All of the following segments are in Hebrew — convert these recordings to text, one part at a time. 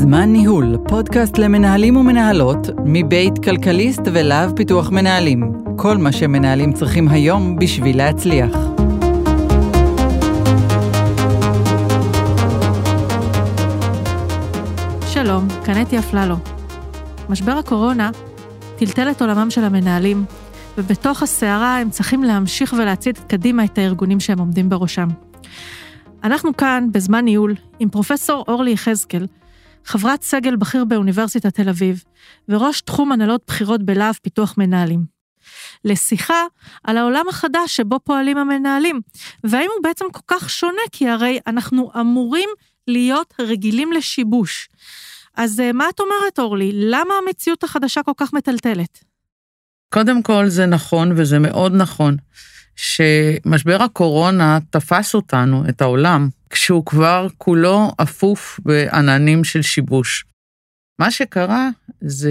זמן ניהול, פודקאסט למנהלים ומנהלות, מבית כלכליסט ולהב פיתוח מנהלים. כל מה שמנהלים צריכים היום בשביל להצליח. שלום, כאן אתי אפללו. משבר הקורונה טלטל את עולמם של המנהלים, ובתוך הסערה הם צריכים להמשיך ולהצעיד קדימה את הארגונים שהם עומדים בראשם. אנחנו כאן בזמן ניהול עם פרופסור אורלי יחזקאל, חברת סגל בכיר באוניברסיטת תל אביב, וראש תחום הנהלות בחירות בלהב פיתוח מנהלים. לשיחה על העולם החדש שבו פועלים המנהלים, והאם הוא בעצם כל כך שונה, כי הרי אנחנו אמורים להיות רגילים לשיבוש. אז מה את אומרת, אורלי? למה המציאות החדשה כל כך מטלטלת? קודם כל זה נכון, וזה מאוד נכון, שמשבר הקורונה תפס אותנו, את העולם, כשהוא כבר כולו אפוף בעננים של שיבוש. מה שקרה זה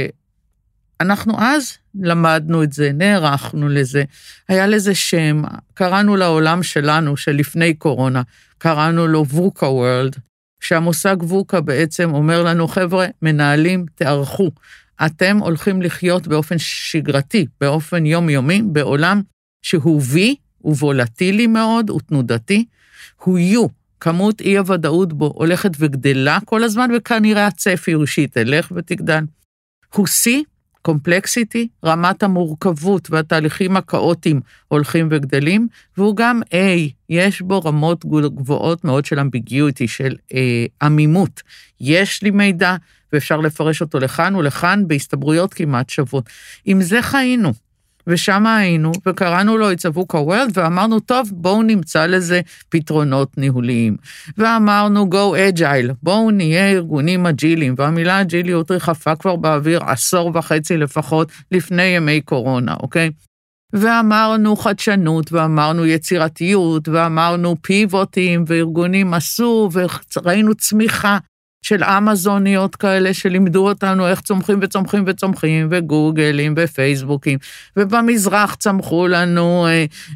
שאנחנו אז למדנו את זה, נערכנו לזה, היה לזה שם, קראנו לעולם שלנו, שלפני קורונה, קראנו לו ווקה וורלד, שהמושג ווקה בעצם אומר לנו, חבר'ה, מנהלים, תערכו, אתם הולכים לחיות באופן שגרתי, באופן יומיומי, בעולם שהוא וי, הוא וולטילי מאוד, הוא תנודתי, הוא יו, כמות אי הוודאות בו הולכת וגדלה כל הזמן, וכנראה הצפי הוא שהיא תלך ותגדל. הוא סי, קומפלקסיטי, רמת המורכבות והתהליכים הקאוטיים הולכים וגדלים, והוא גם A, יש בו רמות גבוהות מאוד של אמביגיוטי, של עמימות. יש לי מידע, ואפשר לפרש אותו לכאן ולכאן, בהסתברויות כמעט שוות. עם זה חיינו. ושם היינו, וקראנו לו It's a VUCA World, ואמרנו, טוב, בואו נמצא לזה פתרונות ניהוליים. ואמרנו, Go Agile, בואו נהיה ארגונים אג'יליים, והמילה אג'יליות רחפה כבר באוויר 10.5 לפחות לפני ימי קורונה, אוקיי? ואמרנו חדשנות, ואמרנו יצירתיות, ואמרנו פיבוטים, וארגונים עשו, וראינו צמיחה, של אמזוניות כאלה שלימדו אותנו איך צומחים וצומחים וצומחים, וגוגלים ופייסבוקים, ובמזרח צמחו לנו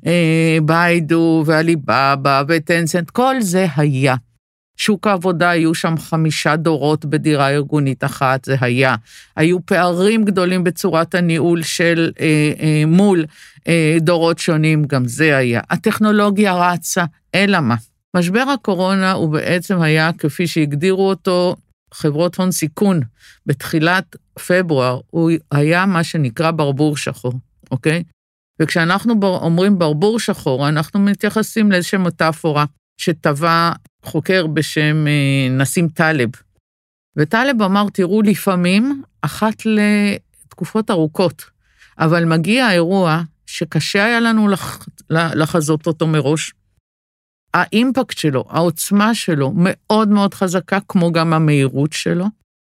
ביידו ואליבאבא וטנסנט, כל זה היה. שוק העבודה היו שם 5 דורות בדירה ארגונית אחת, זה היה. היו פערים גדולים בצורת הניהול של מול דורות שונים, גם זה היה. הטכנולוגיה רצה, אלא מה? משבר הקורונה הוא בעצם היה, כפי שהגדירו אותו, חברות הון סיכון, בתחילת פברואר, הוא היה מה שנקרא ברבור שחור, אוקיי? וכשאנחנו אומרים ברבור שחור, אנחנו מתייחסים לאיזושהי מטאפורה, שטבע חוקר בשם נסים טלב. וטלב אמר, תראו, לפעמים, אחת לתקופות ארוכות, אבל מגיע האירוע שקשה היה לנו לחזות אותו מראש, האימפקט שלו, העוצמה שלו, מאוד מאוד חזקה, כמו גם המהירות שלו,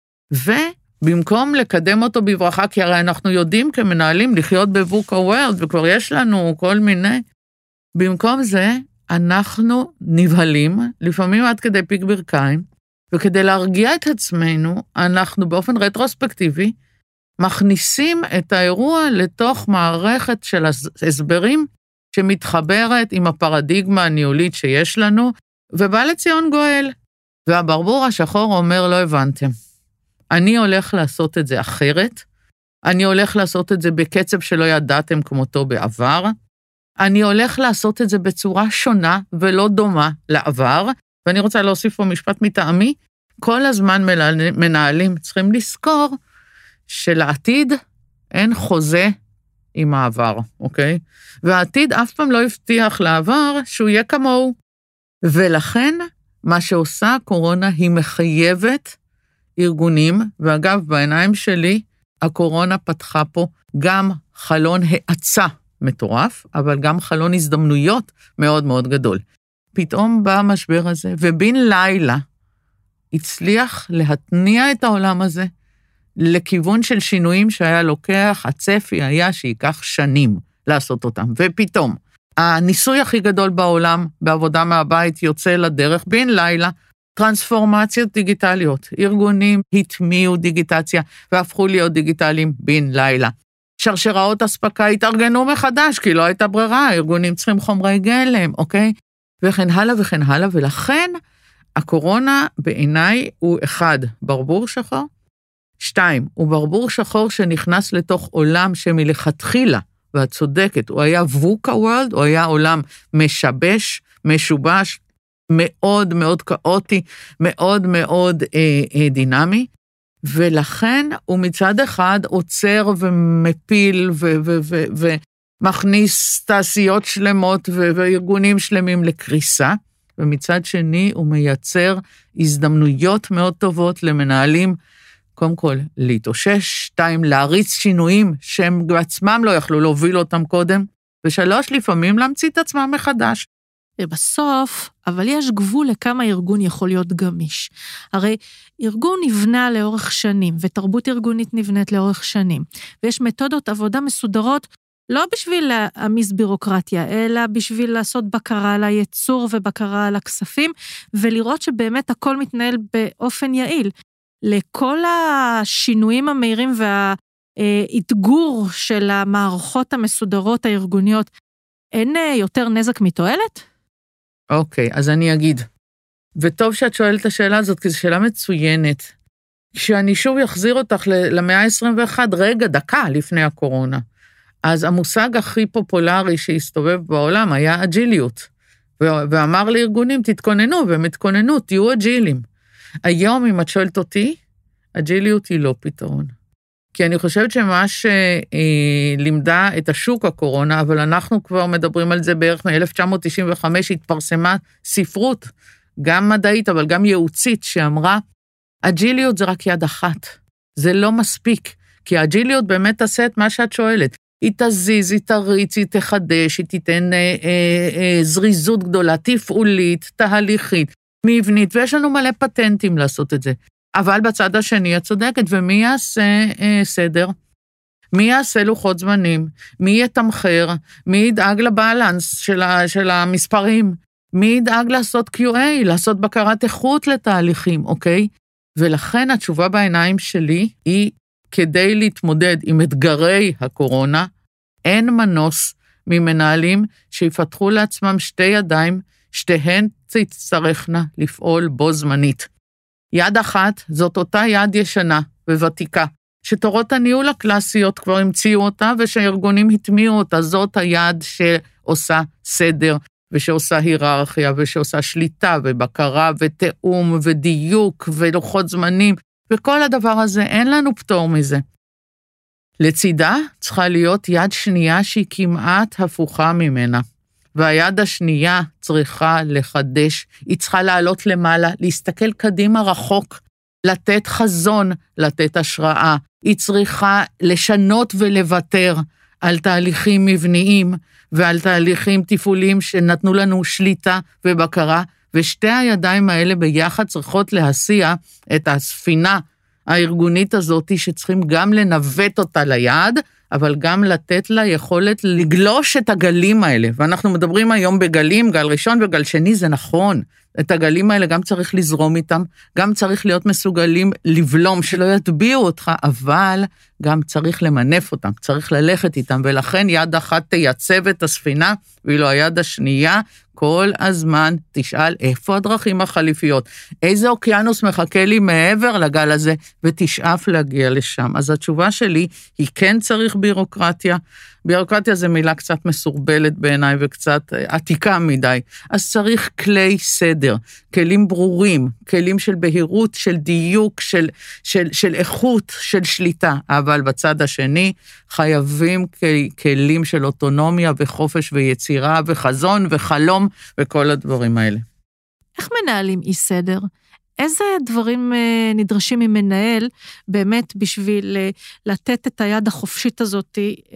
ובמקום לקדם אותו בברכה, כי הרי אנחנו יודעים כמנהלים לחיות בווקה וורלד, וכבר יש לנו כל מיני, במקום זה, אנחנו נבהלים, לפעמים עד כדי פיק ברכיים, וכדי להרגיע את עצמנו, אנחנו באופן רטרוספקטיבי, מכניסים את האירוע לתוך מערכת של הסברים, שמתחברת עם הפרדיגמה הניהולית שיש לנו, ובא לציון גואל. והברבור השחור אומר, לא הבנתם. אני הולך לעשות את זה אחרת, אני הולך לעשות את זה בקצב שלא ידעתם כמותו בעבר, אני הולך לעשות את זה בצורה שונה ולא דומה לעבר, ואני רוצה להוסיף פה משפט מטעמי, כל הזמן מנהלים צריכים לזכור שלעתיד אין חוזה עם העבר, אוקיי? והעתיד אף פעם לא הבטיח לעבר שהוא יהיה כמוהו. ולכן, מה שעושה הקורונה היא מחייבת ארגונים, ואגב, בעיניים שלי, הקורונה פתחה פה גם חלון האצה מטורף, אבל גם חלון הזדמנויות מאוד מאוד גדול. פתאום בא המשבר הזה, ובין לילה הצליח להתניע את העולם הזה, לכיוון של שינויים שהיה לוקח, הצפי היה שייקח שנים לעשות אותם. ופתאום, הניסוי הכי גדול בעולם, בעבודה מהבית, יוצא לדרך בין לילה, טרנספורמציות דיגיטליות. ארגונים התמיעו דיגיטציה, והפכו להיות דיגיטליים בין לילה. שרשראות אספקה התארגנו מחדש, כי לא הייתה ברירה, ארגונים צריכים חומרי גלם, אוקיי? וכן הלאה וכן הלאה, ולכן הקורונה בעיניי הוא 1, ברבור שחור, 2, הוא ברבור שחור שנכנס לתוך עולם שמלכתחילה, ואת צודקת, הוא היה ווקה וורלד, הוא היה עולם משבש, משובש, מאוד מאוד כאוטי, מאוד מאוד דינמי, ולכן הוא מצד אחד עוצר ומפיל ומכניס תעשיות שלמות וארגונים שלמים לקריסה, ומצד שני הוא מייצר הזדמנויות מאוד טובות למנהלים, קודם כל להתאושש, 2, להריץ שינויים שהם בעצמם לא יכלו להוביל אותם קודם, ו3, לפעמים להמציא את עצמם מחדש. ובסוף, אבל יש גבול לכמה ארגון יכול להיות גמיש. הרי ארגון נבנה לאורך שנים, ותרבות ארגונית נבנית לאורך שנים, ויש מתודות עבודה מסודרות, לא בשביל להעמיס בירוקרטיה, אלא בשביל לעשות בקרה על הייצור ובקרה על הכספים, ולראות שבאמת הכל מתנהל באופן יעיל. לכל השינויים המהירים והאתגור של המערכות המסודרות הארגוניות, אין יותר נזק מתועלת? אוקיי, אז אני אגיד. וטוב שאת שואלת את השאלה הזאת, כי זו שאלה מצוינת. כשאני שוב אחזיר אותך למאה ה-21, רגע, דקה לפני הקורונה, אז המושג הכי פופולרי שהסתובב בעולם היה אג'יליות. ואמר לארגונים, תתכוננו, והם התכוננו, תהיו אג'ילים. היום, אם את שואלת אותי, אג'יליות היא לא פתרון. כי אני חושבת שמה שלימדה את השוק הקורונה, אבל אנחנו כבר מדברים על זה בערך מ-1995, התפרסמה ספרות, גם מדעית, אבל גם ייעוצית, שאמרה, אג'יליות זה רק יד אחת. זה לא מספיק, כי האג'יליות באמת תעשה את מה שאת שואלת. היא תזיז, היא תריץ, היא תחדש, היא תיתן זריזות גדולה, תפעולית, תהליכית, מבנית, ויש לנו מלא פטנטים לעשות את זה. אבל בצד השני את צודקת, ומי יעשה סדר? מי יעשה לוחות זמנים? מי יתמחר? מי ידאג לבאלנס של המספרים? מי ידאג לעשות QA, לעשות בקרת איכות לתהליכים, אוקיי? ולכן התשובה בעיניים שלי היא, כדי להתמודד עם אתגרי הקורונה, אין מנוס ממנהלים שיפתחו לעצמם 2 ידיים, שתיהן תצטרכנה לפעול בו זמנית. יד אחת זאת אותה יד ישנה וותיקה, שתורות הניהול הקלאסיות כבר המציאו אותה, ושהארגונים התמיעו אותה, זאת היד שעושה סדר, ושעושה היררכיה, ושעושה שליטה, ובקרה, ותאום, ודיוק, ולוחות זמנים, וכל הדבר הזה, אין לנו פטור מזה. לצידה צריכה להיות יד שנייה שהיא כמעט הפוכה ממנה, והיד השנייה צריכה לחדש, היא צריכה לעלות למעלה, להסתכל קדימה רחוק, לתת חזון, לתת השראה, היא צריכה לשנות ולוותר על תהליכים מבניים, ועל תהליכים תפעוליים שנתנו לנו שליטה ובקרה, ושתי הידיים האלה ביחד צריכות להסיע את הספינה הארגונית הזאת, שצריכים גם לנווט אותה ליד, אבל גם לתת לה יכולת לגלוש את הגלים האלה. ואנחנו מדברים היום בגלים, גל ראשון וגל שני, זה נכון. את הגלים האלה גם צריך לזרום איתם, גם צריך להיות מסוגלים לבלום, שלא יטביעו אותך, אבל גם צריך למנף אותם, צריך ללכת איתם, ולכן יד אחת תייצב את הספינה, ואילו היד השנייה כל הזמן תשאל איפה הדרכים החליפיות, איזה אוקיינוס מחכה לי מעבר לגל הזה, ותשאף להגיע לשם. אז התשובה שלי היא כן צריך בירוקרטיה, בירוקרטיה זה מילה קצת מסורבלת בעיניי וקצת עתיקה מדי, אז צריך כלי סדר, כלים ברורים, כלים של בהירות, של דיוק, של איכות, של שליטה, אבל בצד השני חייבים כלים של אוטונומיה וחופש ויצירה וחזון וחלום וכל הדברים האלה. איך מנהלים אי סדר? איזה דברים נדרשים ממנהל באמת בשביל לתת את היד החופשית הזאת,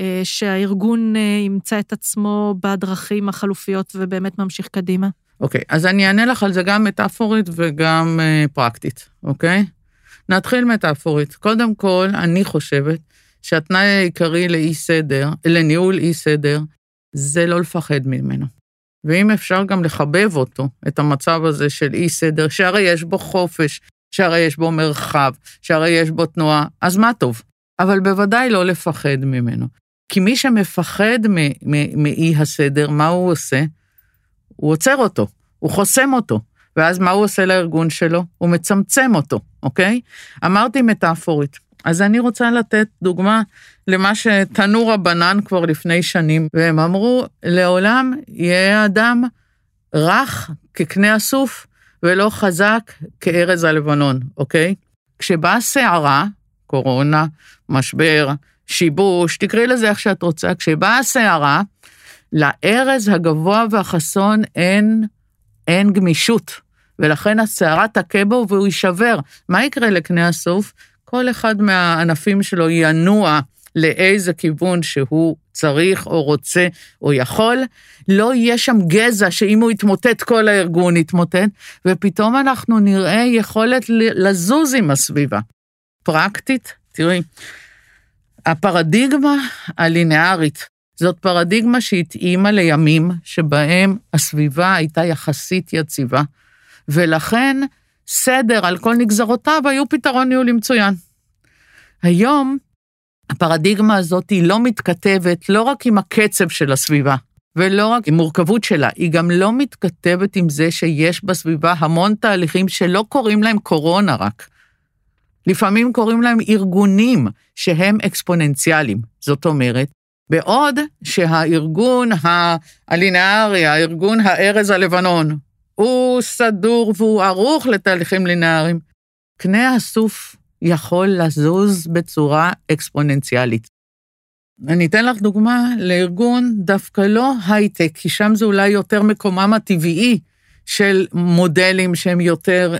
שהארגון ימצא את עצמו בדרכים החלופיות ובאמת ממשיך קדימה? אוקיי, אז אני אענה לך על זה גם מטאפורית וגם פרקטית, אוקיי? נתחיל מטאפורית. קודם כל, אני חושבת שהתנאי העיקרי לאי סדר, לניהול אי סדר, זה לא לפחד ממנו. ואם אפשר גם לחבב אותו, את המצב הזה של אי סדר, שהרי יש בו חופש, שהרי יש בו מרחב, שהרי יש בו תנועה, אז מה טוב? אבל בוודאי לא לפחד ממנו. כי מי שמפחד מאי הסדר, מה הוא עושה? הוא עוצר אותו, הוא חוסם אותו, ואז מה הוא עושה לארגון שלו? הוא מצמצם אותו, אוקיי? אמרתי מטאפורית. אז אני רוצה לתת דוגמה למה שתנו רבנן כבר לפני שנים, והם אמרו, לעולם יהיה אדם רך כקנה הסוף, ולא חזק כארז הלבנון, אוקיי? כשבאה שערה, קורונה, משבר, שיבוש, תקראי לזה איך שאת רוצה, כשבאה שערה, לארז הגבוה והחסון אין גמישות, ולכן השערה תכה בו והוא יישבר. מה יקרה לקנה הסוף? כל אחד מהענפים שלו ינוע לאיזה כיוון שהוא צריך או רוצה או יכול, לא יהיה שם גזע שאם הוא יתמוטט כל הארגון יתמוטט, ופתאום אנחנו נראה יכולת לזוז עם הסביבה. פרקטית, תראי, הפרדיגמה הלינארית, זאת פרדיגמה שהתאימה לימים שבהם הסביבה הייתה יחסית יציבה, ולכן סדר על כל נגזרותיו היו פתרון ניהולי מצוין. היום הפרדיגמה הזאת היא לא מתכתבת לא רק עם הקצב של הסביבה, ולא רק עם מורכבות שלה, היא גם לא מתכתבת עם זה שיש בסביבה המון תהליכים שלא קוראים להם קורונה רק. לפעמים קוראים להם ארגונים שהם אקספוננציאליים. זאת אומרת, בעוד שהארגון הלינארי, הארגון הארז הלבנון, הוא סדור והוא ערוך לתהליכים לינאריים, קנה הסוף יכול לזוז בצורה אקספוננציאלית. אני אתן לך דוגמה לארגון דווקא לא הייטק, כי שם זה אולי יותר מקומם הטבעי של מודלים שהם יותר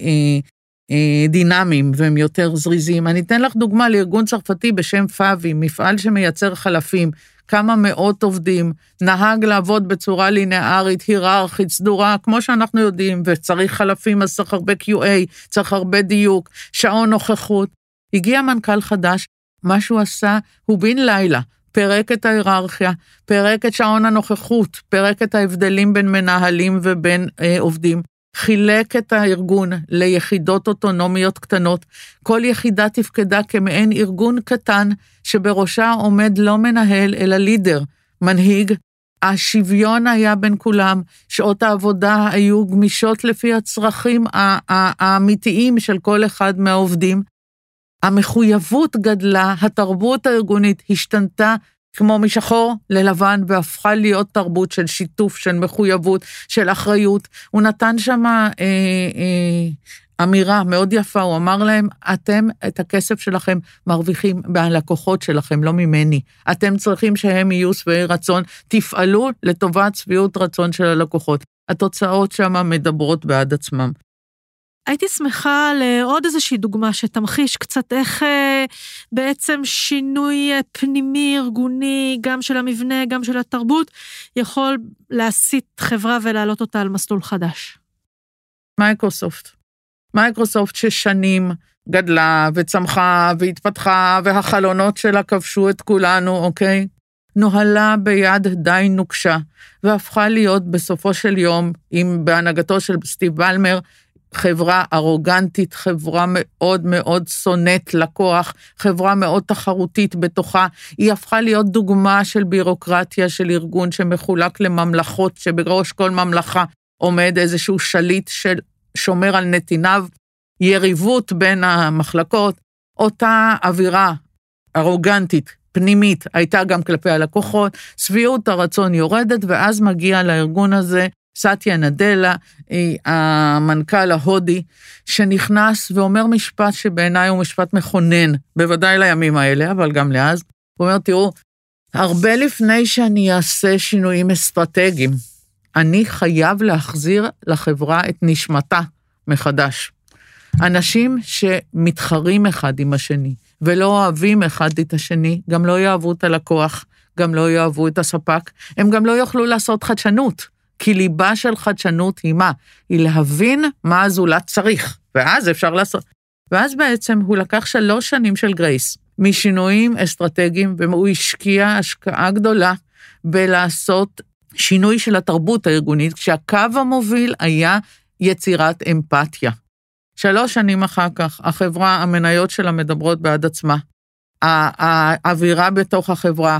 דינמיים והם יותר זריזים. אני אתן לך דוגמה לארגון צרפתי בשם פאבי, מפעל שמייצר חלפים, כמה מאות עובדים, נהג לעבוד בצורה לינארית, היררכית, סדורה, כמו שאנחנו יודעים, וצריך חלפים, אז צריך הרבה QA, צריך הרבה דיוק, שעון נוכחות. הגיע מנכ"ל חדש, מה שהוא עשה, הוא בן לילה, פרק את ההיררכיה, פרק את שעון הנוכחות, פרק את ההבדלים בין מנהלים ובין עובדים, חילק את הארגון ליחידות אוטונומיות קטנות, כל יחידה תפקדה כמעין ארגון קטן, שבראשה עומד לא מנהל, אלא לידר, מנהיג. השוויון היה בין כולם, שעות העבודה היו גמישות לפי הצרכים האמיתיים של כל אחד מהעובדים. המחויבות גדלה, התרבות הארגונית השתנתה, כמו משחור ללבן, והפכה להיות תרבות של שיתוף, של מחויבות, של אחריות. הוא נתן שם אמירה מאוד יפה, הוא אמר להם, אתם את הכסף שלכם מרוויחים מהלקוחות שלכם, לא ממני. אתם צריכים שהם יהיו שבעי רצון, תפעלו לטובת שביעות רצון של הלקוחות. התוצאות שם מדברות בעד עצמם. הייתי שמחה לעוד איזושהי דוגמה שתמחיש קצת איך בעצם שינוי פנימי ארגוני, גם של המבנה, גם של התרבות, יכול להסיט חברה ולהעלות אותה על מסלול חדש. מייקרוסופט ששנים גדלה וצמחה והתפתחה, והחלונות שלה כבשו את כולנו, אוקיי? נוהלה ביד די נוקשה, והפכה להיות בסופו של יום, בהנהגתו של סטיב בלמר, חברה ארוגנטית, חברה מאוד מאוד שונאת לקוח, חברה מאוד תחרותית בתוכה, היא הפכה להיות דוגמה של בירוקרטיה, של ארגון שמחולק לממלכות, שבראש כל ממלכה עומד איזשהו שליט ששומר על נתיניו, יריבות בין המחלקות, אותה אווירה ארוגנטית, פנימית, הייתה גם כלפי הלקוחות, שביעות הרצון יורדת, ואז מגיע לארגון הזה, סטיה נדלה, המנכ"ל ההודי, שנכנס ואומר משפט שבעיניי הוא משפט מכונן, בוודאי לימים האלה, אבל גם לאז, הוא אומר, תראו, הרבה לפני שאני אעשה שינויים אסטרטגיים, אני חייב להחזיר לחברה את נשמתה מחדש. אנשים שמתחרים אחד עם השני, ולא אוהבים אחד את השני, גם לא יאהבו את הלקוח, גם לא יאהבו את הספק, הם גם לא יוכלו לעשות חדשנות, כי ליבה של חדשנות היא מה? היא להבין מה הזולת צריך, ואז אפשר לעשות. ואז בעצם הוא לקח 3 שנים של גרייס, משינויים אסטרטגיים, והוא השקיע השקעה גדולה בלעשות שינוי של התרבות הארגונית, כשהקו המוביל היה יצירת אמפתיה. 3 שנים אחר כך, החברה, המניות שלה מדברות בעד עצמה, האווירה בתוך החברה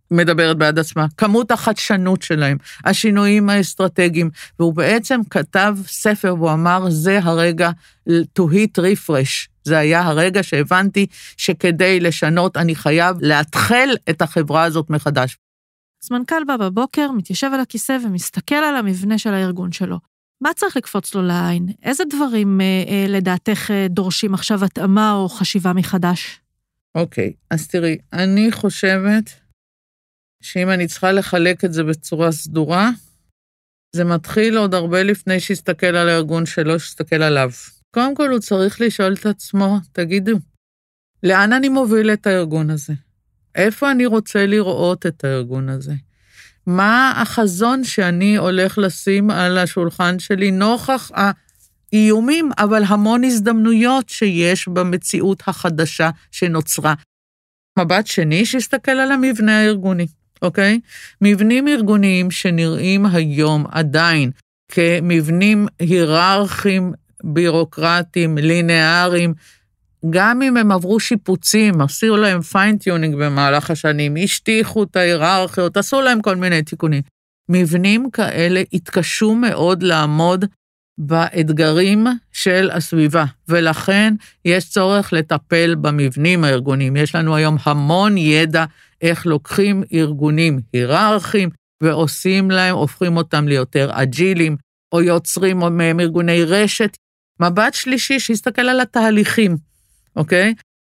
מדברת בעד עצמה, כמות החדשנות שלהם, השינויים האסטרטגיים, והוא בעצם כתב ספר, והוא אמר, זה הרגע to hit refresh, זה היה הרגע שהבנתי שכדי לשנות אני חייב להתחיל את החברה הזאת מחדש. אז מנכ"ל בא בבוקר, מתיישב על הכיסא ומסתכל על המבנה של הארגון שלו. מה צריך לקפוץ לו לעין? איזה דברים לדעתך דורשים עכשיו התאמה או חשיבה מחדש? אוקיי, אז תראי, אני חושבת שאם אני צריכה לחלק את זה בצורה סדורה, זה מתחיל עוד הרבה לפני שיסתכל על הארגון שלו, שיסתכל עליו. קודם כל הוא צריך לשאול את עצמו, תגידו, לאן אני מוביל את הארגון הזה? איפה אני רוצה לראות את הארגון הזה? מה החזון שאני הולך לשים על השולחן שלי נוכח האיומים, אבל המון הזדמנויות שיש במציאות החדשה שנוצרה. מבט שני שיסתכל על המבנה הארגוני, אוקיי? מבנים ארגוניים שנראים היום עדיין כמבנים היררכיים, בירוקרטיים, לינאריים, גם אם הם עברו שיפוצים, עשו להם פיינטיונינג במהלך השנים, השטיחו את ההיררכיות, עשו להם כל מיני תיקונים. מבנים כאלה התקשו מאוד לעמוד באתגרים של הסביבה, ולכן יש צורך לטפל במבנים הארגוניים. יש לנו היום המון ידע איך לוקחים ארגונים היררכיים, ועושים להם, הופכים אותם ליותר אג'ילים, או יוצרים מהם ארגוני רשת. מבט שלישי שיסתכל על התהליכים, אוקיי?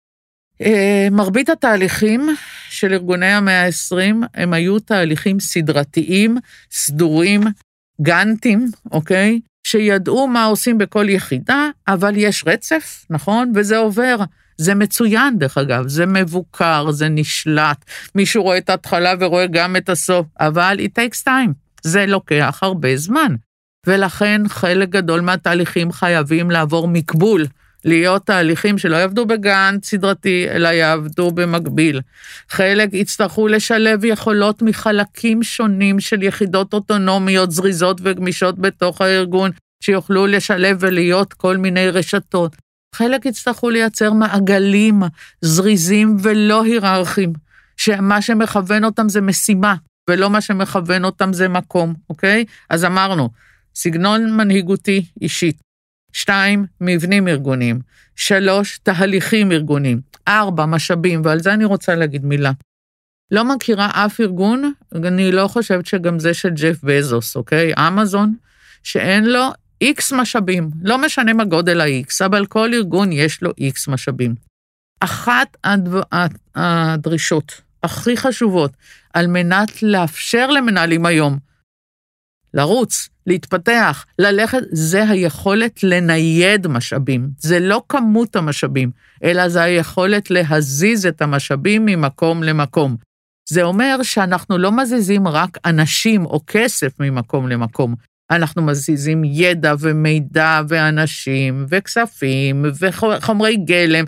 מרבית התהליכים של ארגוני המאה ה-20, הם היו תהליכים סדרתיים, סדורים, גנטים, אוקיי? שידעו מה עושים בכל יחידה, אבל יש רצף, נכון? וזה עובר. זה מצוין, דרך אגב, זה מבוקר, זה נשלט. מישהו רואה את ההתחלה ורואה גם את הסוף, אבל it takes time. זה לוקח הרבה זמן. ולכן חלק גדול מהתהליכים חייבים לעבור מקבול, להיות תהליכים שלא יעבדו בגן סדרתי, אלא יעבדו במקביל. חלק יצטרכו לשלב יכולות מחלקים שונים של יחידות אוטונומיות, זריזות וגמישות בתוך הארגון, שיוכלו לשלב ולהיות כל מיני רשתות. חלק יצטרכו לייצר מעגלים זריזים ולא היררכיים, שמה שמכוון אותם זה משימה, ולא מה שמכוון אותם זה מקום, אוקיי? אז אמרנו, סגנון מנהיגותי אישית. 2, מבנים ארגוניים. 3, תהליכים ארגוניים. 4, משאבים, ועל זה אני רוצה להגיד מילה. לא מכירה אף ארגון, אני לא חושבת שגם זה של ג'ף בזוס, אוקיי? אמזון, שאין לו X משאבים. לא משנה מה גודל ה-X, אבל כל ארגון יש לו X משאבים. אחת הדרישות הכי חשובות, על מנת לאפשר למנהלים היום, לרוץ, להתפתח, ללכת, זה היכולת לנייד משאבים. זה לא כמות המשאבים, אלא זה היכולת להזיז את המשאבים ממקום למקום. זה אומר שאנחנו לא מזיזים רק אנשים או כסף ממקום למקום. אנחנו מזיזים ידע ומידע ואנשים וכספים וחומרי גלם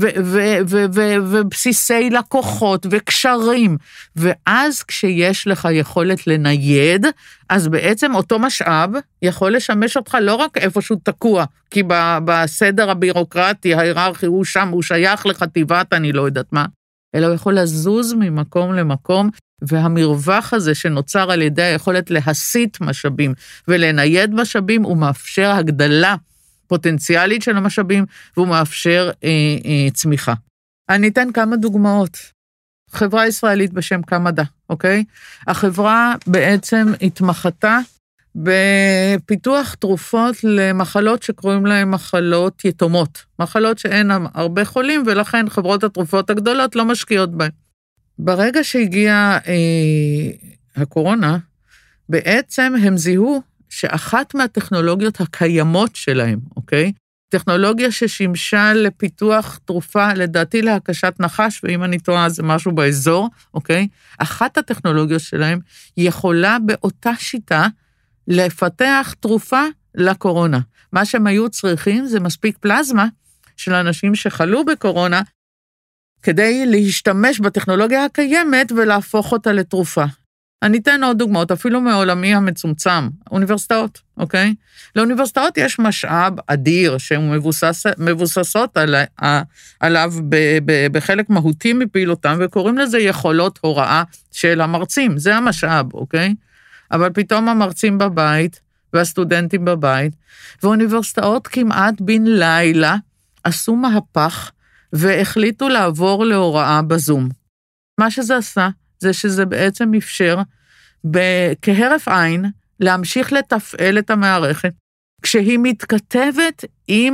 ובסיסי לקוחות וקשרים, ואז כשיש לך יכולת לנייד, אז בעצם אותו משאב יכול לשמש אותך לא רק איפשהו תקוע, כי בסדר הבירוקרטי, ההיררכי הוא שם, הוא שייך לחטיבת, אני לא יודעת מה, אלא הוא יכול לזוז ממקום למקום, והמרווח הזה שנוצר על ידי היכולת להסיט משאבים ולנייד משאבים, הוא מאפשר הגדלה פוטנציאלית של המשאבים, והוא מאפשר צמיחה. אני אתן כמה דוגמאות. חברה ישראלית בשם קמדה, אוקיי? החברה בעצם התמחתה בפיתוח תרופות למחלות שקוראים להן מחלות יתומות. מחלות שאין הרבה חולים, ולכן חברות התרופות הגדולות לא משקיעות בהן. ברגע שהגיעה הקורונה, בעצם הם זיהו שאחת מהטכנולוגיות הקיימות שלהם, אוקיי? טכנולוגיה ששימשה לפיתוח תרופה, לדעתי להקשת נחש, ואם אני טועה זה משהו באזור, אוקיי? אחת הטכנולוגיות שלהם יכולה באותה שיטה לפתח תרופה לקורונה. מה שהם היו צריכים זה מספיק פלזמה של אנשים שחלו בקורונה, כדי להשתמש בטכנולוגיה הקיימת ולהפוך אותה לתרופה. אני אתן עוד דוגמאות, אפילו מעולמי המצומצם, אוניברסיטאות, אוקיי? לאוניברסיטאות יש משאב אדיר, שהן מבוססות עליו בחלק מהותי מפעילותם, וקוראים לזה יכולות הוראה של המרצים, זה המשאב, אוקיי? אבל פתאום המרצים בבית, והסטודנטים בבית, ואוניברסיטאות כמעט בן לילה, עשו מהפך, והחליטו לעבור להוראה בזום. מה שזה עשה, זה שזה בעצם אפשר, כהרף עין, להמשיך לתפעל את המערכת, כשהיא מתכתבת עם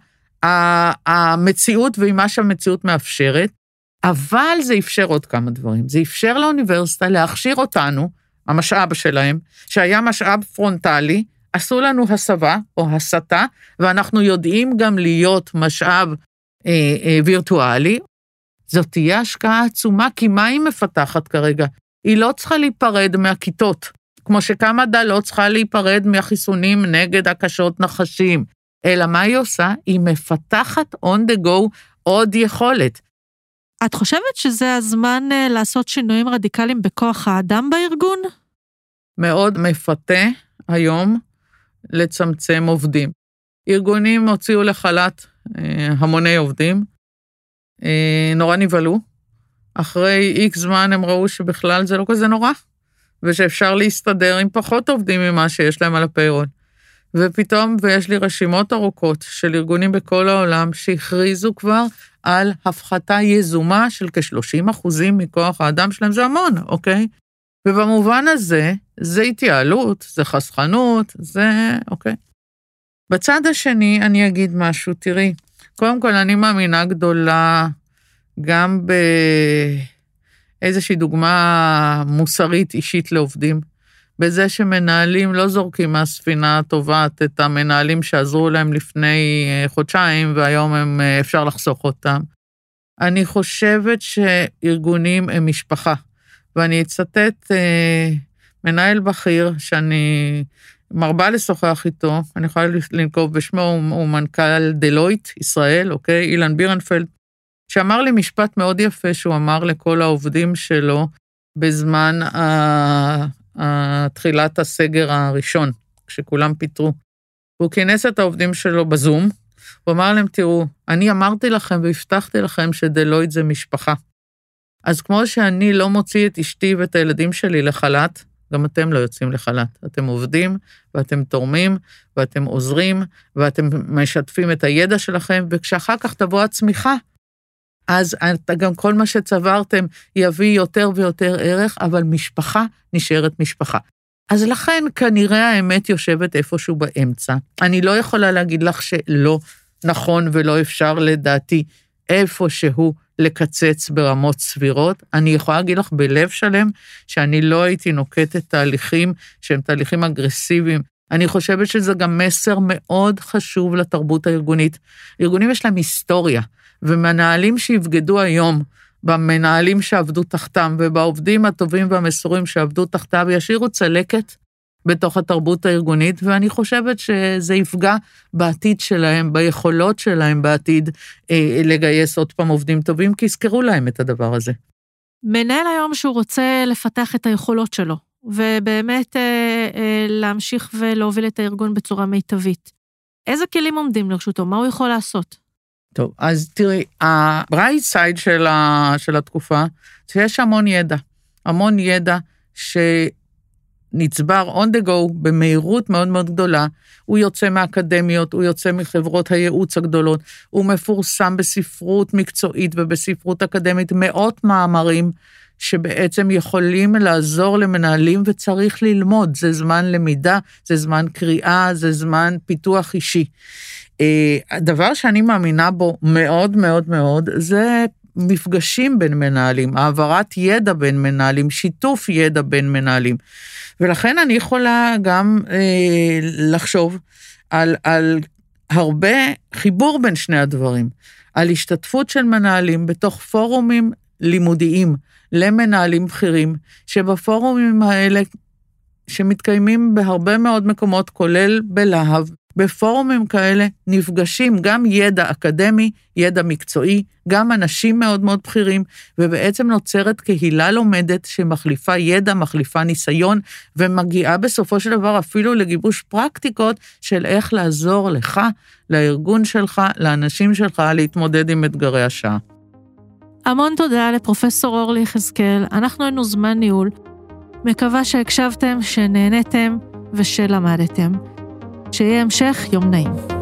המציאות ועם מה שהמציאות מאפשרת, אבל זה אפשר עוד כמה דברים. זה אפשר לאוניברסיטה להכשיר אותנו, המשאב שלהם, שהיה משאב פרונטלי, עשו לנו הסבה או הסתה, ואנחנו יודעים גם להיות משאב וירטואלי. זאת תהיה השקעה עצומה, כי מה היא מפתחת כרגע? היא לא צריכה להיפרד מהכיתות, כמו שקמדה לא צריכה להיפרד מהחיסונים נגד הקשות נחשים, אלא מה היא עושה? היא מפתחת on the go עוד יכולת. את חושבת שזה הזמן לעשות שינויים רדיקליים בכוח האדם בארגון? מאוד מפתה היום לצמצם עובדים. ארגונים הוציאו לחל"ת המוני עובדים, נורא נבהלו. אחרי איקס זמן הם ראו שבכלל זה לא כזה נורא, ושאפשר להסתדר עם פחות עובדים ממה שיש להם על הפיירול. ופתאום, ויש לי רשימות ארוכות של ארגונים בכל העולם שהכריזו כבר על הפחתה יזומה של כ-30% מכוח האדם שלהם, זה המון, אוקיי? ובמובן הזה, זה התייעלות, זה חסכנות, זה, אוקיי. בצד השני, אני אגיד משהו, תראי, קודם כל, אני מאמינה גדולה, גם באיזושהי דוגמה מוסרית אישית לעובדים, בזה שמנהלים לא זורקים מהספינה הטובעת את המנהלים שעזרו להם לפני חודשיים, והיום אפשר לחסוך אותם. אני חושבת שארגונים הם משפחה, ואני אצטט מנהל בכיר שאני מרבה לשוחח איתו, אני יכולה לנקוב בשמו, הוא מנכ"ל דלויט ישראל, אוקיי, אילן בירנפלד, שאמר לי משפט מאוד יפה שהוא אמר לכל העובדים שלו בזמן תחילת הסגר הראשון, כשכולם פיטרו. הוא כינס את העובדים שלו בזום, הוא אמר להם, תראו, אני אמרתי לכם והבטחתי לכם שדלויט זה משפחה. אז כמו שאני לא מוציא את אשתי ואת הילדים שלי לחל"ת, גם אתם לא יוצאים לחל"ת. אתם עובדים, ואתם תורמים, ואתם עוזרים, ואתם משתפים את הידע שלכם, וכשאחר כך תבוא הצמיחה, אז גם כל מה שצברתם יביא יותר ויותר ערך, אבל משפחה נשארת משפחה. אז לכן כנראה האמת יושבת איפשהו באמצע. אני לא יכולה להגיד לך שלא נכון ולא אפשר לדעתי איפשהו לקצץ ברמות סבירות. אני יכולה להגיד לך בלב שלם שאני לא הייתי נוקטת תהליכים שהם תהליכים אגרסיביים. אני חושבת שזה גם מסר מאוד חשוב לתרבות הארגונית. ארגונים יש להם היסטוריה, ומנהלים שיבגדו היום במנהלים שעבדו תחתם, ובעובדים הטובים והמסורים שעבדו תחתם, ישאירו צלקת בתוך התרבות הארגונית, ואני חושבת שזה יפגע בעתיד שלהם, ביכולות שלהם בעתיד, לגייס עוד פעם עובדים טובים, כי יזכרו להם את הדבר הזה. מנהל היום שהוא רוצה לפתח את היכולות שלו, ובאמת להמשיך ולהוביל את הארגון בצורה מיטבית. איזה כלים עומדים לרשותו? מה הוא יכול לעשות? טוב, אז תראי, ה-bright side של התקופה, שיש המון ידע שנצבר on the go במהירות מאוד מאוד גדולה, הוא יוצא מהאקדמיות, הוא יוצא מחברות הייעוץ הגדולות, הוא מפורסם בספרות מקצועית ובספרות אקדמית, מאות מאמרים שבעצם יכולים לעזור למנהלים וצריך ללמוד, זה זמן למידה, זה זמן קריאה, זה זמן פיתוח אישי. הדבר שאני מאמינה בו מאוד מאוד מאוד, זה מפגשים בין מנהלים, העברת ידע בין מנהלים, שיתוף ידע בין מנהלים. ולכן אני יכולה גם לחשוב על הרבה חיבור בין שני הדברים, על השתתפות של מנהלים בתוך פורומים לימודיים למנהלים בכירים, שבפורומים האלה שמתקיימים בהרבה מאוד מקומות, כולל בלהב, בפורומים כאלה נפגשים גם ידע אקדמי, ידע מקצועי, גם אנשים מאוד מאוד בכירים, ובעצם נוצרת קהילה לומדת שמחליפה ידע, מחליפה ניסיון, ומגיעה בסופו של דבר אפילו לגיבוש פרקטיקות של איך לעזור לך, לארגון שלך, לאנשים שלך, להתמודד עם אתגרי השעה. המון תודה לפרופסור אורלי יחזקאל, אנחנו היינו זמן ניהול, מקווה שהקשבתם, שנהנתם ושלמדתם. שיהיה המשך יום נעים.